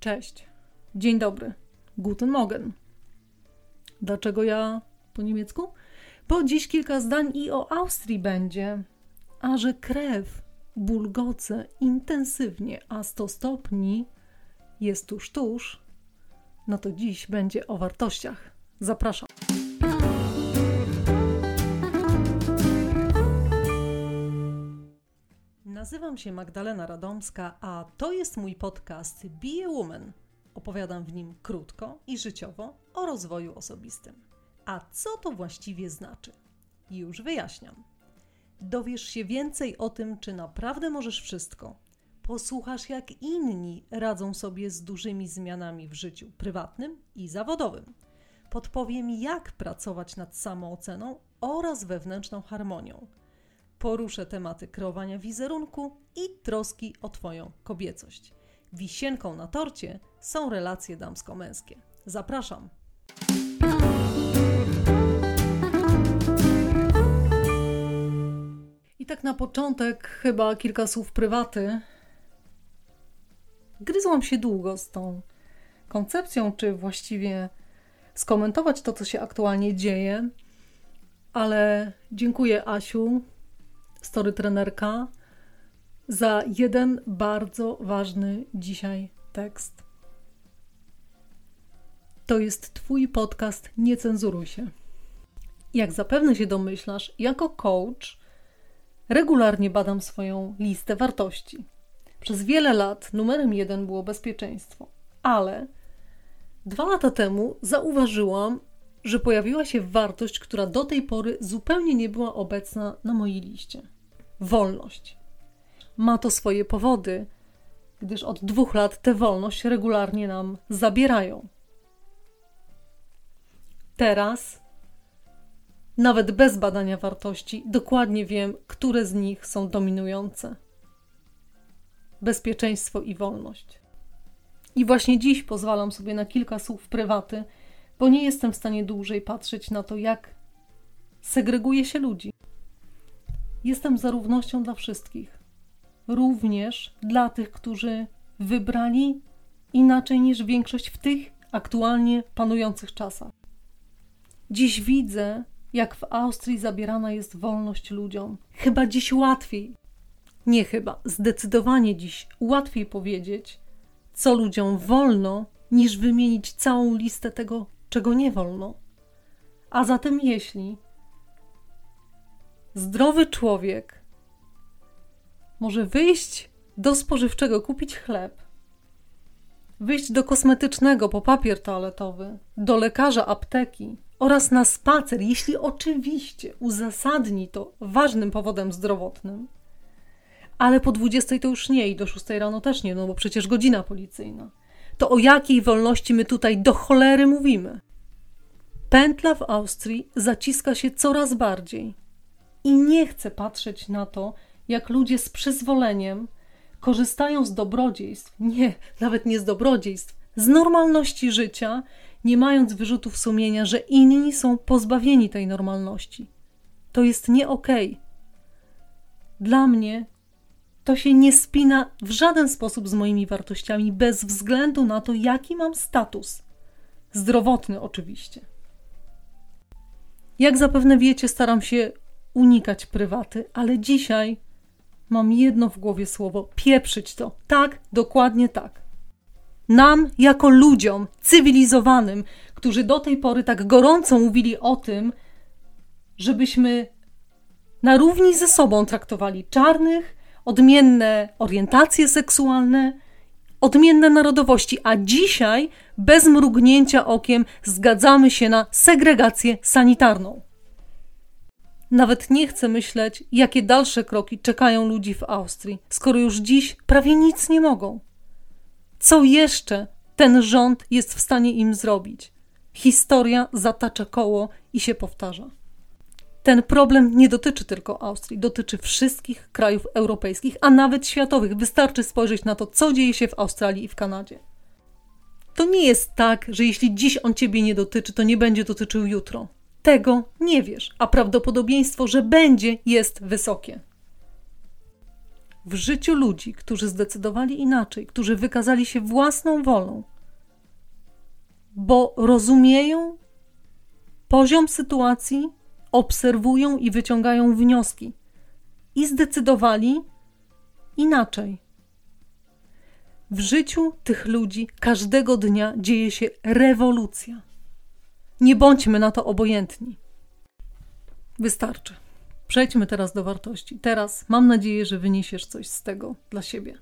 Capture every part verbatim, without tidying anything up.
Cześć, dzień dobry, guten Morgen. Dlaczego ja po niemiecku? Bo dziś kilka zdań i o Austrii będzie. A że krew bulgoce intensywnie, a sto stopni jest tuż, tuż, no to dziś będzie o wartościach. Zapraszam. Nazywam się Magdalena Radomska, a to jest mój podcast Be a Woman. Opowiadam w nim krótko i życiowo o rozwoju osobistym. A co to właściwie znaczy? Już wyjaśniam. Dowiesz się więcej o tym, czy naprawdę możesz wszystko. Posłuchasz, jak inni radzą sobie z dużymi zmianami w życiu prywatnym i zawodowym. Podpowiem, jak pracować nad samooceną oraz wewnętrzną harmonią. Poruszę tematy kreowania wizerunku i troski o Twoją kobiecość. Wisienką na torcie są relacje damsko-męskie. Zapraszam! I tak na początek chyba kilka słów prywaty. Gryzłam się długo z tą koncepcją, czy właściwie skomentować to, co się aktualnie dzieje, ale dziękuję Asiu, story trenerka, za jeden bardzo ważny dzisiaj tekst. To jest Twój podcast Nie cenzuruj się. Jak zapewne się domyślasz, jako coach regularnie badam swoją listę wartości. Przez wiele lat numerem jeden było bezpieczeństwo, ale dwa lata temu zauważyłam, że pojawiła się wartość, która do tej pory zupełnie nie była obecna na mojej liście. Wolność. Ma to swoje powody, gdyż od dwóch lat tę wolność regularnie nam zabierają. Teraz, nawet bez badania wartości, dokładnie wiem, które z nich są dominujące. Bezpieczeństwo i wolność. I właśnie dziś pozwalam sobie na kilka słów prywaty, bo nie jestem w stanie dłużej patrzeć na to, jak segreguje się ludzi. Jestem za równością dla wszystkich. Również dla tych, którzy wybrali inaczej niż większość w tych aktualnie panujących czasach. Dziś widzę, jak w Austrii zabierana jest wolność ludziom. Chyba dziś łatwiej, nie chyba, zdecydowanie dziś łatwiej powiedzieć, co ludziom wolno, niż wymienić całą listę tego, czego nie wolno. A zatem jeśli zdrowy człowiek może wyjść do spożywczego, kupić chleb, wyjść do kosmetycznego po papier toaletowy, do lekarza, apteki oraz na spacer, jeśli oczywiście uzasadni to ważnym powodem zdrowotnym, ale po dwudziestej to już nie i do szóstej rano też nie, no bo przecież godzina policyjna. To o jakiej wolności my tutaj do cholery mówimy? Pętla w Austrii zaciska się coraz bardziej i nie chcę patrzeć na to, jak ludzie z przyzwoleniem korzystają z dobrodziejstw, nie, nawet nie z dobrodziejstw, z normalności życia, nie mając wyrzutów sumienia, że inni są pozbawieni tej normalności. To jest nie okej. Dla mnie to się nie spina w żaden sposób z moimi wartościami, bez względu na to, jaki mam status. Zdrowotny oczywiście. Jak zapewne wiecie, staram się unikać prywaty, ale dzisiaj mam jedno w głowie słowo: pieprzyć to. Tak, dokładnie tak. Nam, jako ludziom cywilizowanym, którzy do tej pory tak gorąco mówili o tym, żebyśmy na równi ze sobą traktowali czarnych, odmienne orientacje seksualne, odmienne narodowości, a dzisiaj bez mrugnięcia okiem zgadzamy się na segregację sanitarną. Nawet nie chcę myśleć, jakie dalsze kroki czekają ludzi w Austrii, skoro już dziś prawie nic nie mogą. Co jeszcze ten rząd jest w stanie im zrobić? Historia zatacza koło i się powtarza. Ten problem nie dotyczy tylko Austrii, dotyczy wszystkich krajów europejskich, a nawet światowych. Wystarczy spojrzeć na to, co dzieje się w Australii i w Kanadzie. To nie jest tak, że jeśli dziś on ciebie nie dotyczy, to nie będzie dotyczył jutro. Tego nie wiesz, a prawdopodobieństwo, że będzie, jest wysokie. w życiu ludzi, którzy zdecydowali inaczej, którzy wykazali się własną wolą, bo rozumieją poziom sytuacji, obserwują i wyciągają wnioski i zdecydowali inaczej. W życiu tych ludzi każdego dnia dzieje się rewolucja. Nie bądźmy na to obojętni. Wystarczy. Przejdźmy teraz do wartości. Teraz mam nadzieję, że wyniesiesz coś z tego dla siebie.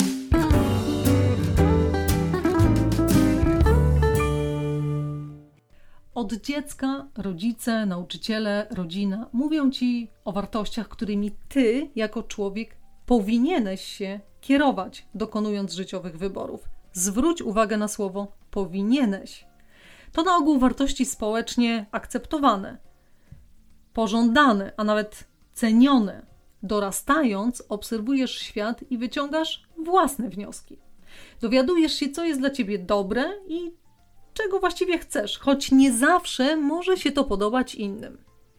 Od dziecka rodzice, nauczyciele, rodzina mówią ci o wartościach, którymi ty jako człowiek powinieneś się kierować, dokonując życiowych wyborów. Zwróć uwagę na słowo powinieneś. To na ogół wartości społecznie akceptowane, pożądane, a nawet cenione. Dorastając, obserwujesz świat i wyciągasz własne wnioski. Dowiadujesz się, co jest dla ciebie dobre i czego właściwie chcesz, choć nie zawsze może się to podobać innym.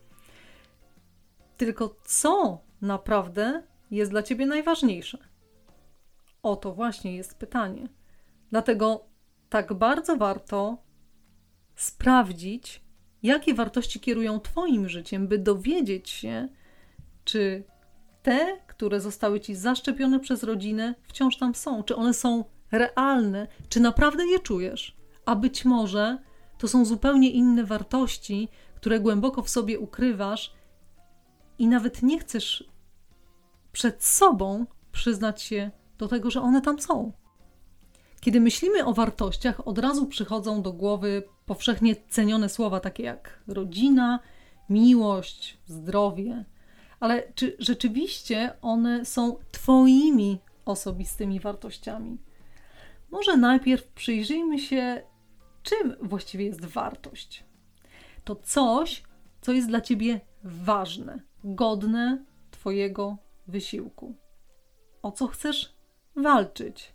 Tylko co naprawdę jest dla ciebie najważniejsze? Oto właśnie jest pytanie. Dlatego tak bardzo warto sprawdzić, jakie wartości kierują twoim życiem, by dowiedzieć się, czy te, które zostały ci zaszczepione przez rodzinę, wciąż tam są, czy one są realne, czy naprawdę je czujesz. A być może to są zupełnie inne wartości, które głęboko w sobie ukrywasz i nawet nie chcesz przed sobą przyznać się do tego, że one tam są. Kiedy myślimy o wartościach, od razu przychodzą do głowy powszechnie cenione słowa takie jak rodzina, miłość, zdrowie. Ale czy rzeczywiście one są twoimi osobistymi wartościami? Może najpierw przyjrzyjmy się, czym właściwie jest wartość. To coś, co jest dla ciebie ważne, godne twojego wysiłku. O co chcesz walczyć?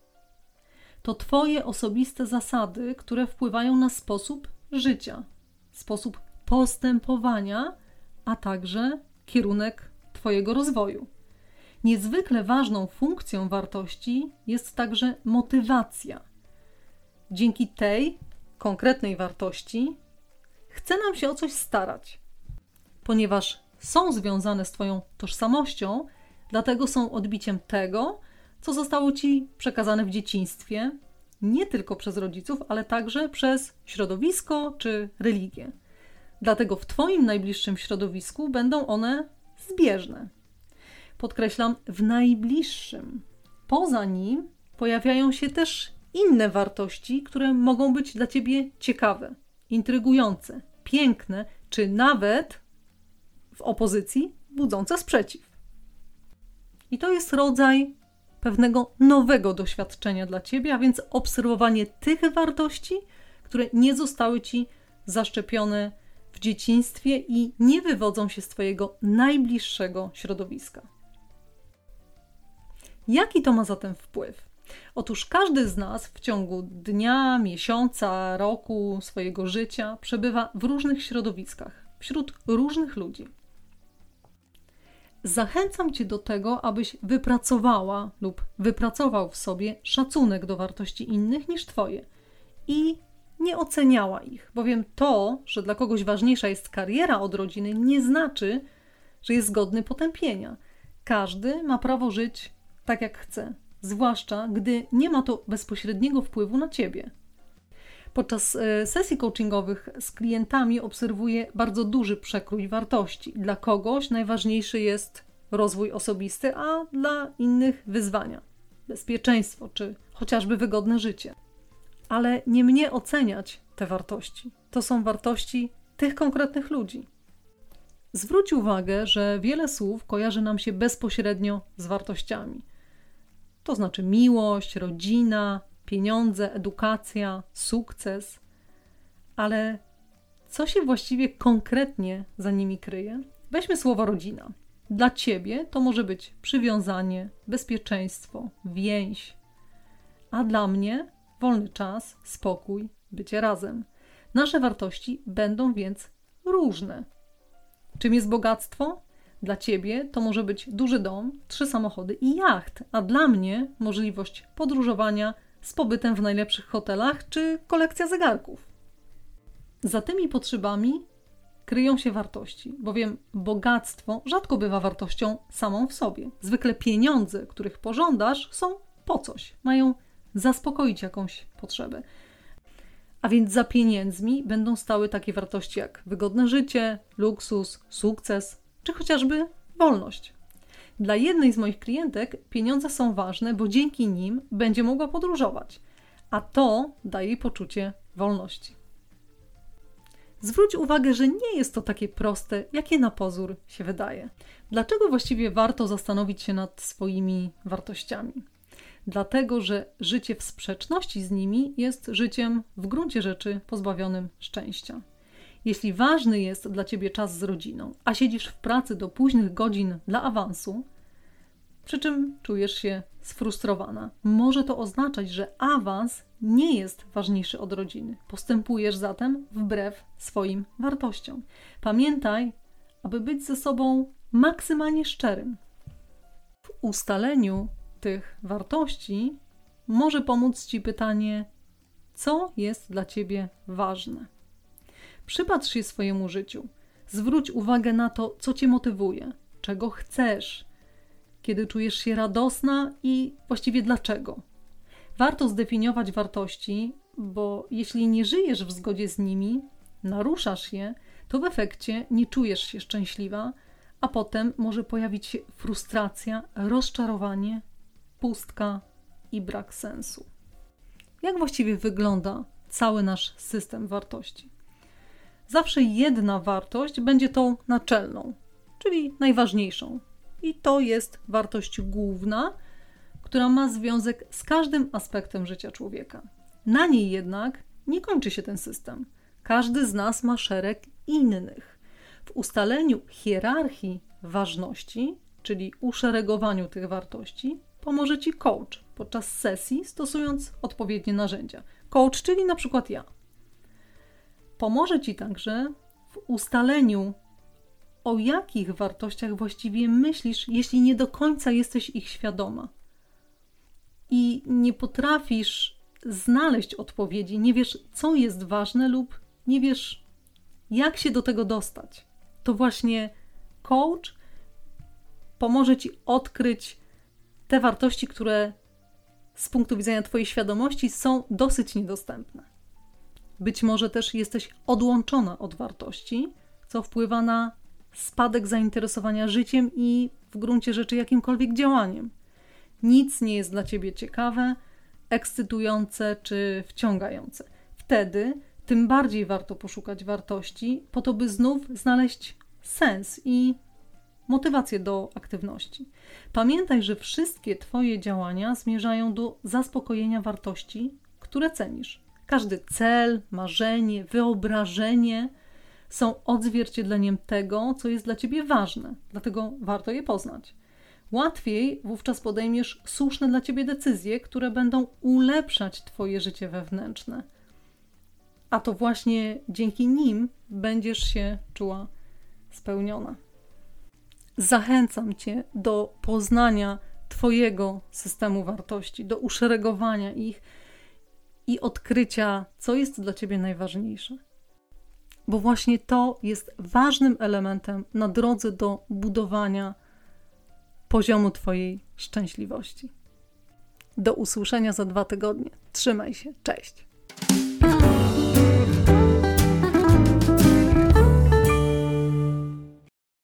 To twoje osobiste zasady, które wpływają na sposób życia, sposób postępowania, a także kierunek twojego rozwoju. Niezwykle ważną funkcją wartości jest także motywacja. Dzięki tej konkretnej wartości chce nam się o coś starać, ponieważ są związane z twoją tożsamością, dlatego są odbiciem tego, co zostało ci przekazane w dzieciństwie, nie tylko przez rodziców, ale także przez środowisko czy religię. Dlatego w twoim najbliższym środowisku będą one zbieżne. Podkreślam, w najbliższym. Poza nim pojawiają się też inne wartości, które mogą być dla ciebie ciekawe, intrygujące, piękne, czy nawet w opozycji budzące sprzeciw. I to jest rodzaj pewnego nowego doświadczenia dla ciebie, a więc obserwowanie tych wartości, które nie zostały ci zaszczepione w dzieciństwie i nie wywodzą się z twojego najbliższego środowiska. Jaki to ma zatem wpływ? Otóż każdy z nas w ciągu dnia, miesiąca, roku swojego życia przebywa w różnych środowiskach, wśród różnych ludzi. Zachęcam cię do tego, abyś wypracowała lub wypracował w sobie szacunek do wartości innych niż twoje i nie oceniała ich, bowiem to, że dla kogoś ważniejsza jest kariera od rodziny, nie znaczy, że jest godny potępienia. Każdy ma prawo żyć tak, jak chce, zwłaszcza gdy nie ma to bezpośredniego wpływu na ciebie. Podczas sesji coachingowych z klientami obserwuję bardzo duży przekrój wartości. Dla kogoś najważniejszy jest rozwój osobisty, a dla innych wyzwania, bezpieczeństwo czy chociażby wygodne życie. Ale nie mnie oceniać te wartości. To są wartości tych konkretnych ludzi. Zwróć uwagę, że wiele słów kojarzy nam się bezpośrednio z wartościami. To znaczy miłość, rodzina, pieniądze, edukacja, sukces. Ale co się właściwie konkretnie za nimi kryje? Weźmy słowo rodzina. Dla ciebie to może być przywiązanie, bezpieczeństwo, więź. A dla mnie wolny czas, spokój, bycie razem. Nasze wartości będą więc różne. Czym jest bogactwo? Dla ciebie to może być duży dom, trzy samochody i jacht, a dla mnie możliwość podróżowania z pobytem w najlepszych hotelach czy kolekcja zegarków. Za tymi potrzebami kryją się wartości, bowiem bogactwo rzadko bywa wartością samą w sobie. Zwykle pieniądze, których pożądasz, są po coś, mają zaspokoić jakąś potrzebę. A więc za pieniędzmi będą stały takie wartości jak wygodne życie, luksus, sukces czy chociażby wolność. Dla jednej z moich klientek pieniądze są ważne, bo dzięki nim będzie mogła podróżować, a to daje jej poczucie wolności. Zwróć uwagę, że nie jest to takie proste, jakie na pozór się wydaje. Dlaczego właściwie warto zastanowić się nad swoimi wartościami? Dlatego, że życie w sprzeczności z nimi jest życiem w gruncie rzeczy pozbawionym szczęścia. Jeśli ważny jest dla ciebie czas z rodziną, a siedzisz w pracy do późnych godzin dla awansu, przy czym czujesz się sfrustrowana, może to oznaczać, że awans nie jest ważniejszy od rodziny. Postępujesz zatem wbrew swoim wartościom. Pamiętaj, aby być ze sobą maksymalnie szczerym. W ustaleniu tych wartości może pomóc ci pytanie, co jest dla ciebie ważne. Przypatrz się swojemu życiu. Zwróć uwagę na to, co cię motywuje, czego chcesz, kiedy czujesz się radosna i właściwie dlaczego. Warto zdefiniować wartości, bo jeśli nie żyjesz w zgodzie z nimi, naruszasz je, to w efekcie nie czujesz się szczęśliwa, a potem może pojawić się frustracja, rozczarowanie, pustka i brak sensu. Jak właściwie wygląda cały nasz system wartości? Zawsze jedna wartość będzie tą naczelną, czyli najważniejszą. I to jest wartość główna, która ma związek z każdym aspektem życia człowieka. Na niej jednak nie kończy się ten system. Każdy z nas ma szereg innych. W ustaleniu hierarchii ważności, czyli uszeregowaniu tych wartości, pomoże ci coach podczas sesji, stosując odpowiednie narzędzia. Coach, czyli na przykład ja. Pomoże ci także w ustaleniu, o jakich wartościach właściwie myślisz, jeśli nie do końca jesteś ich świadoma. I nie potrafisz znaleźć odpowiedzi, nie wiesz, co jest ważne lub nie wiesz, jak się do tego dostać. To właśnie coach pomoże ci odkryć te wartości, które z punktu widzenia twojej świadomości są dosyć niedostępne. Być może też jesteś odłączona od wartości, co wpływa na spadek zainteresowania życiem i w gruncie rzeczy jakimkolwiek działaniem. Nic nie jest dla ciebie ciekawe, ekscytujące czy wciągające. Wtedy tym bardziej warto poszukać wartości, po to by znów znaleźć sens i motywację do aktywności. Pamiętaj, że wszystkie twoje działania zmierzają do zaspokojenia wartości, które cenisz. Każdy cel, marzenie, wyobrażenie są odzwierciedleniem tego, co jest dla ciebie ważne, dlatego warto je poznać. Łatwiej wówczas podejmiesz słuszne dla ciebie decyzje, które będą ulepszać twoje życie wewnętrzne. A to właśnie dzięki nim będziesz się czuła spełniona. Zachęcam cię do poznania twojego systemu wartości, do uszeregowania ich i odkrycia, co jest dla ciebie najważniejsze. Bo właśnie to jest ważnym elementem na drodze do budowania poziomu twojej szczęśliwości. Do usłyszenia za dwa tygodnie. Trzymaj się. Cześć.